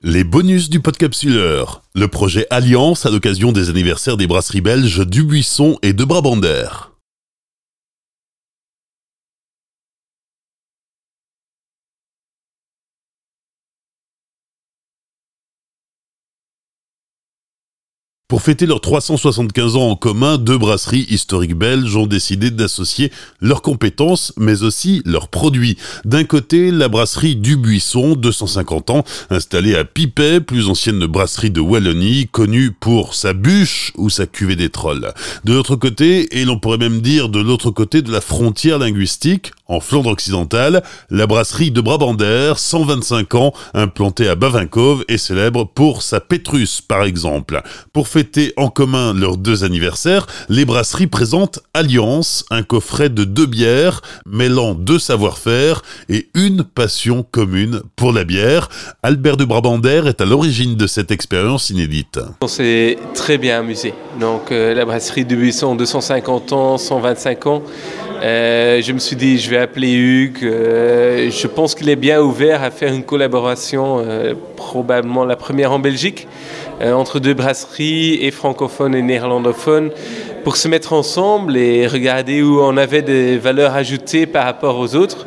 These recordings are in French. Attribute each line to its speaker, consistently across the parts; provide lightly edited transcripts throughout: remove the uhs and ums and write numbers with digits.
Speaker 1: Les bonus du Podcapsuleur. Le projet Alliance à l'occasion des anniversaires des brasseries belges Dubuisson et de Brabander. Pour fêter leurs 375 ans en commun, deux brasseries historiques belges ont décidé d'associer leurs compétences, mais aussi leurs produits. D'un côté, la brasserie Dubuisson, 250 ans, installée à Pipet, plus ancienne brasserie de Wallonie, connue pour sa bûche ou sa cuvée des trolls. De l'autre côté, et l'on pourrait même dire de l'autre côté de la frontière linguistique, en Flandre occidentale, la brasserie de Brabander, 125 ans, implantée à Bavinkove, est célèbre pour sa Pétrus, par exemple. Pour fêter en commun leurs deux anniversaires, les brasseries présentent Alliance, un coffret de 2 bières mêlant 2 savoir-faire et une passion commune pour la bière. Albert de Brabander est à l'origine de cette expérience inédite.
Speaker 2: On s'est très bien amusé. Donc la brasserie Dubuisson, 250 ans, 125 ans. Je me suis dit, je vais appeler Hugues. Je pense qu'il est bien ouvert à faire une collaboration, probablement la première en Belgique, entre deux brasseries, et francophones et néerlandophones, pour se mettre ensemble et regarder où on avait des valeurs ajoutées par rapport aux autres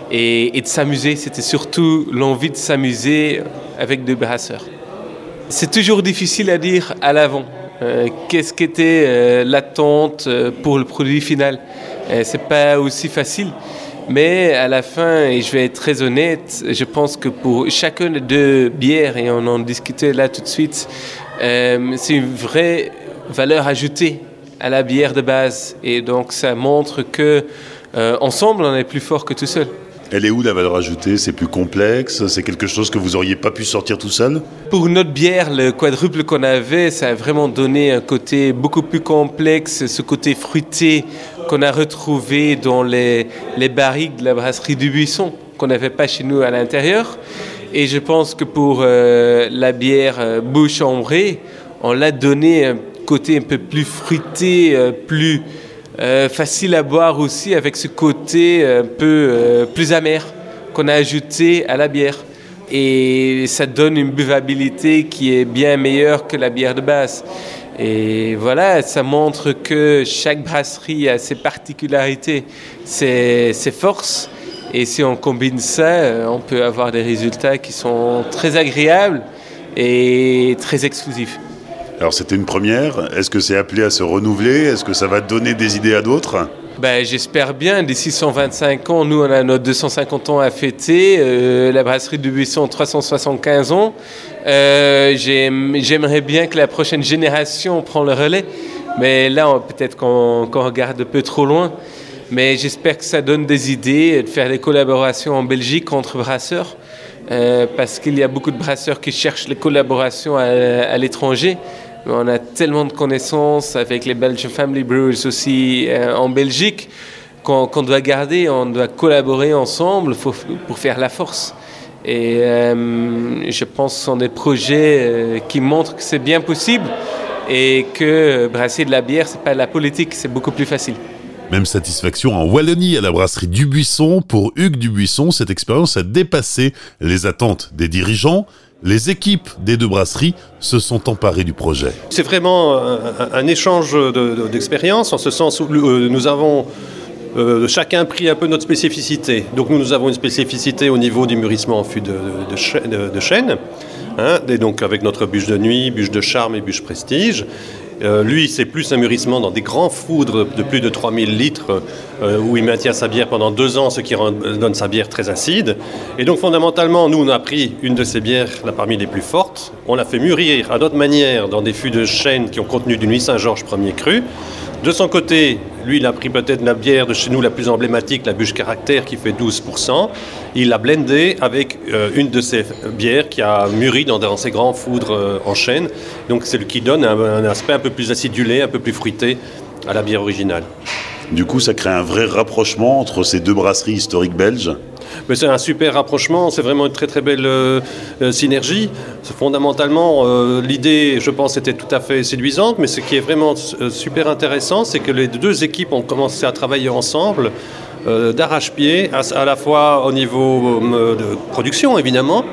Speaker 2: et de s'amuser. C'était surtout l'envie de s'amuser avec deux brasseurs. C'est toujours difficile à dire à l'avant. Qu'est-ce qu'était l'attente pour le produit final ? C'est pas aussi facile, mais à la fin, et je vais être très honnête, je pense que pour chacune des deux bières, et on en discutait là tout de suite, c'est une vraie valeur ajoutée à la bière de base, et donc ça montre que ensemble on est plus fort que tout seul.
Speaker 1: Elle est où la valeur ajoutée ? C'est plus complexe ? C'est quelque chose que vous n'auriez pas pu sortir tout seul ?
Speaker 2: Pour notre bière, le quadruple qu'on avait, ça a vraiment donné un côté beaucoup plus complexe, ce côté fruité qu'on a retrouvé dans les barriques de la brasserie Dubuisson, qu'on n'avait pas chez nous à l'intérieur. Et je pense que pour la bière bouche ambrée, on l'a donné un côté un peu plus fruité, plus facile à boire aussi, avec ce côté un peu plus amer qu'on a ajouté à la bière. Et ça donne une buvabilité qui est bien meilleure que la bière de base. Et voilà, ça montre que chaque brasserie a ses particularités, ses forces. Et si on combine ça, on peut avoir des résultats qui sont très agréables et très exclusifs.
Speaker 1: Alors c'était une première, est-ce que c'est appelé à se renouveler ? Est-ce que ça va donner des idées à d'autres ?
Speaker 2: J'espère bien. D'ici 125 ans, nous on a notre 250 ans à fêter, la brasserie de Dubuisson 375 ans. J'aimerais bien que la prochaine génération prenne le relais, mais là peut-être qu'on regarde un peu trop loin. Mais j'espère que ça donne des idées, de faire des collaborations en Belgique entre brasseurs, parce qu'il y a beaucoup de brasseurs qui cherchent les collaborations à l'étranger. On a tellement de connaissances avec les Belgian Family Brewers aussi en Belgique qu'on doit garder, on doit collaborer ensemble pour faire la force. Et je pense que ce sont des projets qui montrent que c'est bien possible et que brasser de la bière, c'est pas la politique, c'est beaucoup plus facile.
Speaker 1: Même satisfaction en Wallonie à la brasserie Dubuisson. Pour Hugues Dubuisson, cette expérience a dépassé les attentes des dirigeants. Les équipes des deux brasseries se sont emparées du projet.
Speaker 3: C'est vraiment un échange d'expérience, en ce sens où nous avons chacun pris un peu notre spécificité. Donc nous avons une spécificité au niveau du mûrissement en fût de chêne, et donc avec notre bûche de nuit, bûche de charme et bûche prestige. Lui, c'est plus un mûrissement dans des grands foudres de plus de 3000 litres où il maintient sa bière pendant 2 ans, ce qui donne sa bière très acide. Et donc fondamentalement, nous, on a pris une de ces bières là, parmi les plus fortes. On l'a fait mûrir à notre manière dans des fûts de chêne qui ont contenu du Nuit Saint-Georges premier cru. De son côté, lui, il a pris peut-être la bière de chez nous la plus emblématique, la bûche caractère, qui fait 12%. Il l'a blendée avec une de ces bières qui a mûri dans ces grands foudres en chêne. Donc c'est ce qui donne un aspect un peu plus acidulé, un peu plus fruité à la bière originale.
Speaker 1: Du coup, ça crée un vrai rapprochement entre ces deux brasseries historiques belges.
Speaker 3: Mais c'est un super rapprochement, c'est vraiment une très très belle synergie. Fondamentalement, l'idée, je pense, était tout à fait séduisante, mais ce qui est vraiment super intéressant, c'est que les deux équipes ont commencé à travailler ensemble d'arrache-pied, à la fois au niveau de production évidemment,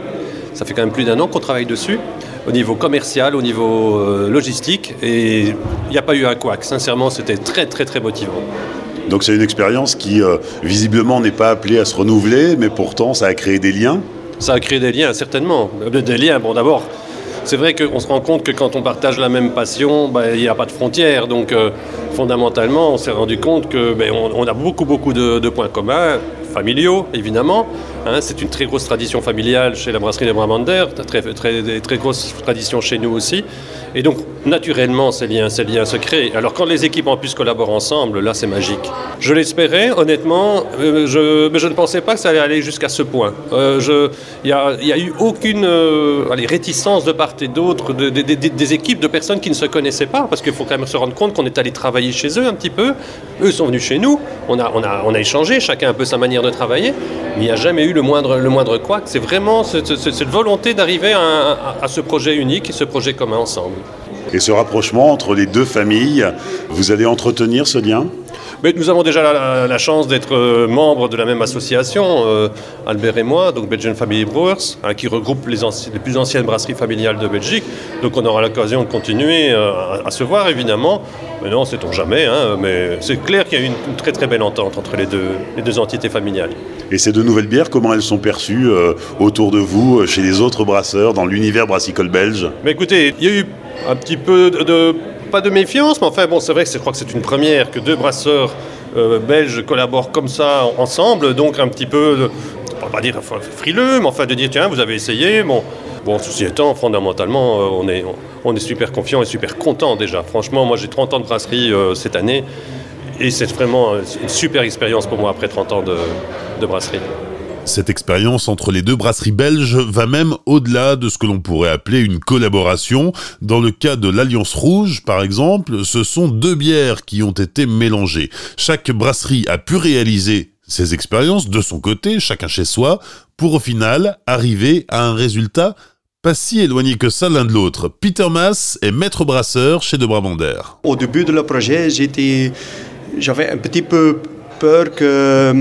Speaker 3: Ça fait quand même plus d'1 an qu'on travaille dessus, au niveau commercial, au niveau logistique, et il n'y a pas eu un couac. Sincèrement, c'était très très très motivant.
Speaker 1: Donc c'est une expérience qui visiblement n'est pas appelée à se renouveler, mais pourtant ça a créé des liens.
Speaker 3: Ça a créé des liens, certainement. Des liens, bon d'abord, c'est vrai qu'on se rend compte que quand on partage la même passion, il n'y a pas de frontières. Donc fondamentalement, on s'est rendu compte qu'on a beaucoup de points communs, familiaux évidemment. C'est une très grosse tradition familiale chez la brasserie de Brabander, très grosse tradition chez nous aussi. Et donc, naturellement, ces liens se créent. Alors, quand les équipes en plus collaborent ensemble, là, c'est magique. Je l'espérais, honnêtement, mais je ne pensais pas que ça allait aller jusqu'à ce point. Il n'y a eu aucune réticence de part et d'autre des équipes, de personnes qui ne se connaissaient pas, parce qu'il faut quand même se rendre compte qu'on est allé travailler chez eux un petit peu. Eux sont venus chez nous, on a échangé, chacun un peu sa manière de travailler, mais il n'y a jamais eu le moindre couac. C'est vraiment cette volonté d'arriver à ce projet unique et ce projet commun ensemble.
Speaker 1: Et ce rapprochement entre les deux familles, vous allez entretenir ce lien ?
Speaker 3: Mais nous avons déjà la chance d'être membres de la même association, Albert et moi, donc Belgian Family Brewers, qui regroupe les plus anciennes brasseries familiales de Belgique. Donc on aura l'occasion de continuer à se voir, évidemment. Mais non, sait-on jamais, mais c'est clair qu'il y a eu une très très belle entente entre les deux entités familiales.
Speaker 1: Et ces deux nouvelles bières, comment elles sont perçues autour de vous, chez les autres brasseurs, dans l'univers brassicole belge ?
Speaker 3: Mais écoutez, il y a eu un petit peu pas de méfiance, mais enfin bon, c'est vrai que je crois que c'est une première que deux brasseurs belges collaborent comme ça ensemble, donc un petit peu, on va pas dire frileux, mais enfin de dire tiens, vous avez essayé, bon ceci étant, fondamentalement, on est super confiant et super content déjà. Franchement, moi j'ai 30 ans de brasserie cette année, et c'est vraiment une super expérience pour moi après 30 ans de brasserie.
Speaker 1: Cette expérience entre les deux brasseries belges va même au-delà de ce que l'on pourrait appeler une collaboration. Dans le cas de l'Alliance Rouge, par exemple, ce sont deux bières qui ont été mélangées. Chaque brasserie a pu réaliser ses expériences de son côté, chacun chez soi, pour au final arriver à un résultat pas si éloigné que ça l'un de l'autre. Peter Maas est maître brasseur chez De Brabander.
Speaker 4: Au début de le projet, j'avais un petit peu peur que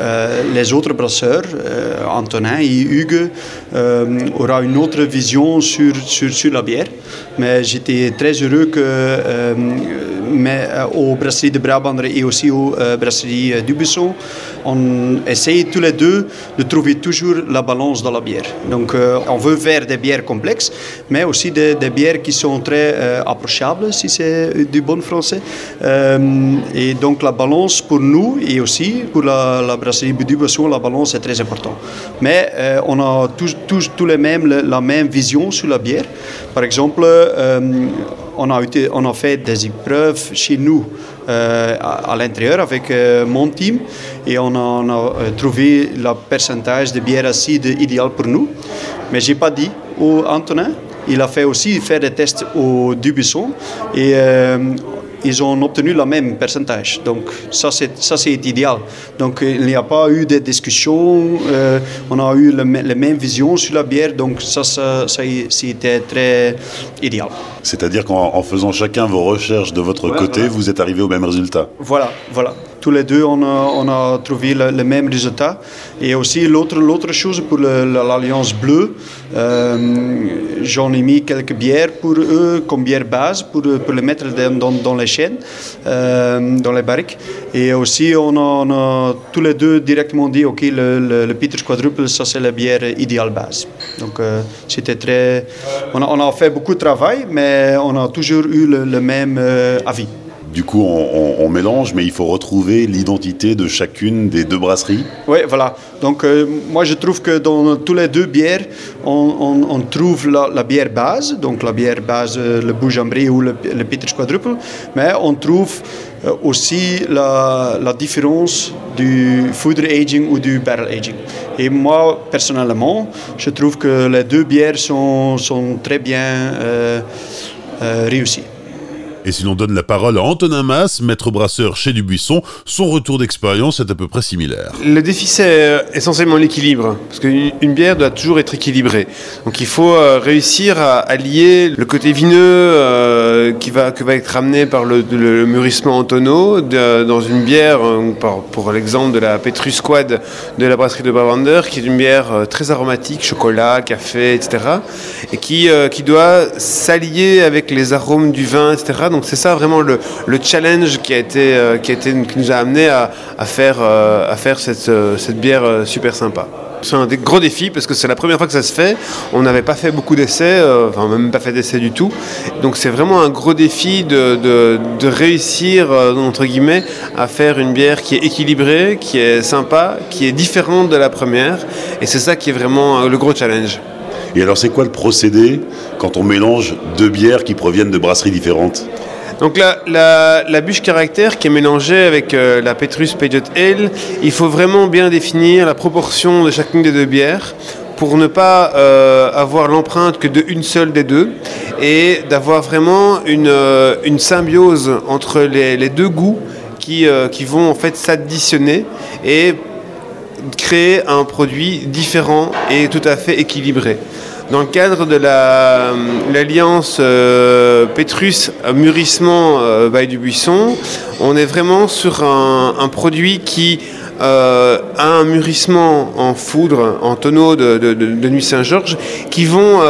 Speaker 4: les autres brasseurs, Antonin et Hugues, aura une autre vision sur la bière. Mais j'étais très heureux que aux brasseries de Brabander et aussi aux brasseries Dubuisson, on essaye tous les deux de trouver toujours la balance dans la bière. Donc on veut faire des bières complexes, mais aussi des bières qui sont très approchables, si c'est du bon français. Et donc la balance pour nous et aussi pour la brasserie Dubuisson, la balance est très importante. Mais on a tous les mêmes la même vision sur la bière. Par exemple, on a fait des épreuves chez nous à l'intérieur avec mon team et on a trouvé le pourcentage de bière acide idéal pour nous. Mais je n'ai pas dit au Antonin, il a fait aussi faire des tests au Dubuisson et ils ont obtenu le même pourcentage. Donc ça c'est idéal. Donc il n'y a pas eu de discussion, on a eu la même vision sur la bière, donc ça c'était très idéal.
Speaker 1: C'est-à-dire qu'en faisant chacun vos recherches de votre côté, voilà. Vous êtes arrivé au même résultat.
Speaker 4: Voilà. Tous les deux, on a trouvé le même résultat. Et aussi, l'autre chose pour l'Alliance Bleue, j'en ai mis quelques bières pour eux, comme bière base, pour les mettre dans les chaînes, dans les barriques. Et aussi, on a tous les deux directement dit, OK, le Peters Quadruple, ça c'est la bière idéale base. Donc, c'était très... On a fait beaucoup de travail, mais on a toujours eu le même avis.
Speaker 1: Du coup, on mélange, mais il faut retrouver l'identité de chacune des deux brasseries.
Speaker 4: Oui, voilà. Donc, moi, je trouve que dans tous les deux bières, on trouve la bière base, donc la bière base, le Bouge-en-Brie ou le Peters Quadruple, mais on trouve aussi la différence du food aging ou du barrel aging. Et moi, personnellement, je trouve que les deux bières sont très bien réussies.
Speaker 1: Et si l'on donne la parole à Antonin Mas, maître brasseur chez Dubuisson, son retour d'expérience est à peu près similaire.
Speaker 5: Le défi, c'est essentiellement l'équilibre, parce qu'une bière doit toujours être équilibrée. Donc il faut réussir à lier le côté vineux qui va être ramené par le mûrissement en tonneau dans une bière, pour l'exemple de la Petrus Quad de la brasserie de Brabander, qui est une bière très aromatique, chocolat, café, etc. et qui doit s'allier avec les arômes du vin, etc. Donc c'est ça vraiment le challenge qui nous a amené à faire cette bière super sympa. C'est un gros défi parce que c'est la première fois que ça se fait. On n'avait pas fait beaucoup d'essais, même pas fait d'essais du tout. Donc c'est vraiment un gros défi de réussir, entre guillemets, à faire une bière qui est équilibrée, qui est sympa, qui est différente de la première. Et c'est ça qui est vraiment le gros challenge.
Speaker 6: Et alors c'est quoi le procédé quand on mélange deux bières qui proviennent de brasseries différentes ?
Speaker 5: Donc la bûche caractère qui est mélangée avec la Petrus Paget Ale, il faut vraiment bien définir la proportion de chacune des deux bières pour ne pas avoir l'empreinte que d'une seule des deux et d'avoir vraiment une symbiose entre les deux goûts qui vont en fait s'additionner et créer un produit différent et tout à fait équilibré. Dans le cadre de l'alliance Petrus mûrissement by Dubuisson, on est vraiment sur un produit qui a un mûrissement en foudre, en tonneau de Nuit Saint-Georges, qui vont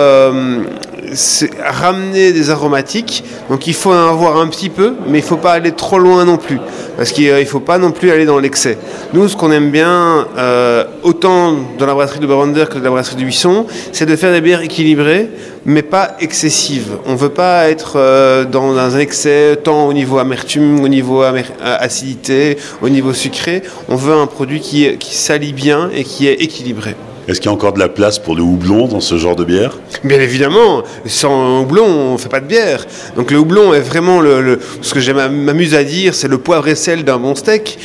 Speaker 5: ramener des aromatiques. Donc il faut en avoir un petit peu, mais il ne faut pas aller trop loin non plus, parce qu'il ne faut pas non plus aller dans l'excès. Nous, ce qu'on aime bien, autant dans la brasserie de Brabander que dans la brasserie de Dubuisson, c'est de faire des bières équilibrées, mais pas excessives. On ne veut pas être dans un excès, tant au niveau amertume, au niveau acidité, au niveau sucré. On veut un produit qui s'allie bien et qui est équilibré.
Speaker 6: Est-ce qu'il y a encore de la place pour le houblon dans ce genre de bière ?
Speaker 5: Bien évidemment, sans houblon, on ne fait pas de bière. Donc le houblon est vraiment ce que m'amuse à dire, c'est le poivre et sel d'un bon steak.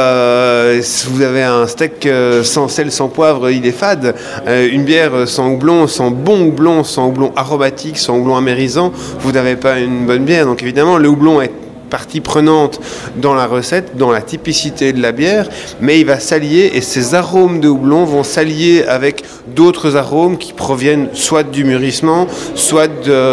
Speaker 5: Si vous avez un steak sans sel, sans poivre, il est fade. Une bière sans houblon, sans bon houblon, sans houblon aromatique, sans houblon amérisant, vous n'avez pas une bonne bière. Donc évidemment, le houblon est partie prenante dans la recette, dans la typicité de la bière, mais il va s'allier et ces arômes de houblon vont s'allier avec d'autres arômes qui proviennent soit du mûrissement, soit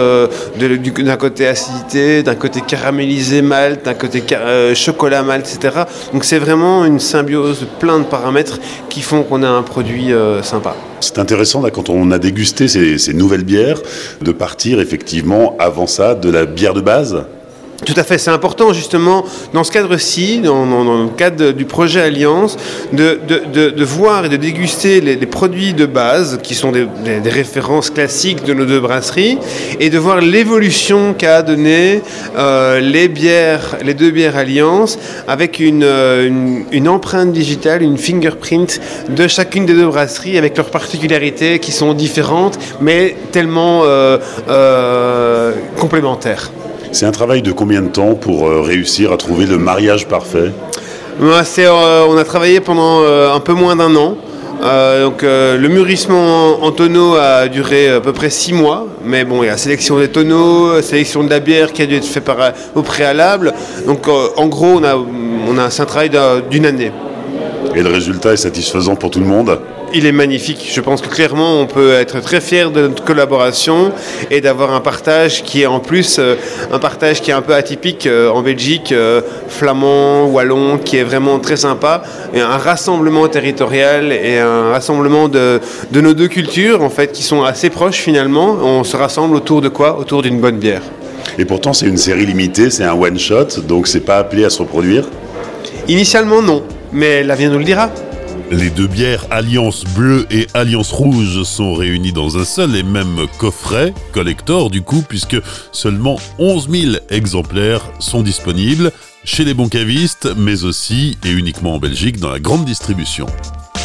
Speaker 5: d'un côté acidité, d'un côté caramélisé malt, d'un côté chocolat malt, etc. Donc c'est vraiment une symbiose de plein de paramètres qui font qu'on a un produit sympa.
Speaker 6: C'est intéressant là, quand on a dégusté ces nouvelles bières, de partir effectivement avant ça de la bière de base.
Speaker 5: Tout à fait, c'est important justement dans ce cadre-ci, dans le cadre du projet Alliance, de voir et de déguster les produits de base qui sont des références classiques de nos deux brasseries et de voir l'évolution qu'a donné les deux bières Alliance avec une empreinte digitale, une fingerprint de chacune des deux brasseries avec leurs particularités qui sont différentes mais tellement complémentaires.
Speaker 6: C'est un travail de combien de temps pour réussir à trouver le mariage parfait ?
Speaker 5: On a travaillé pendant un peu moins d'un an. Le mûrissement en tonneau a duré à peu près 6 mois. Mais bon, il y a la sélection des tonneaux, sélection de la bière qui a dû être faite au préalable. Donc en gros, c'est un travail d'une année.
Speaker 6: Et le résultat est satisfaisant pour tout le monde ?
Speaker 5: Il est magnifique. Je pense que clairement, on peut être très fier de notre collaboration et d'avoir un partage qui est en plus un partage qui est un peu atypique en Belgique, flamand, wallon, qui est vraiment très sympa. Et un rassemblement territorial et un rassemblement de nos deux cultures, en fait, qui sont assez proches finalement. On se rassemble autour de quoi ? Autour d'une bonne bière.
Speaker 6: Et pourtant, c'est une série limitée, c'est un one-shot, donc c'est pas appelé à se reproduire ?
Speaker 5: Initialement, non. Mais l'avenir nous le dira.
Speaker 1: Les deux bières Alliance Bleue et Alliance Rouge sont réunies dans un seul et même coffret, collector du coup, puisque seulement 11 000 exemplaires sont disponibles chez les bons cavistes, mais aussi et uniquement en Belgique dans la grande distribution.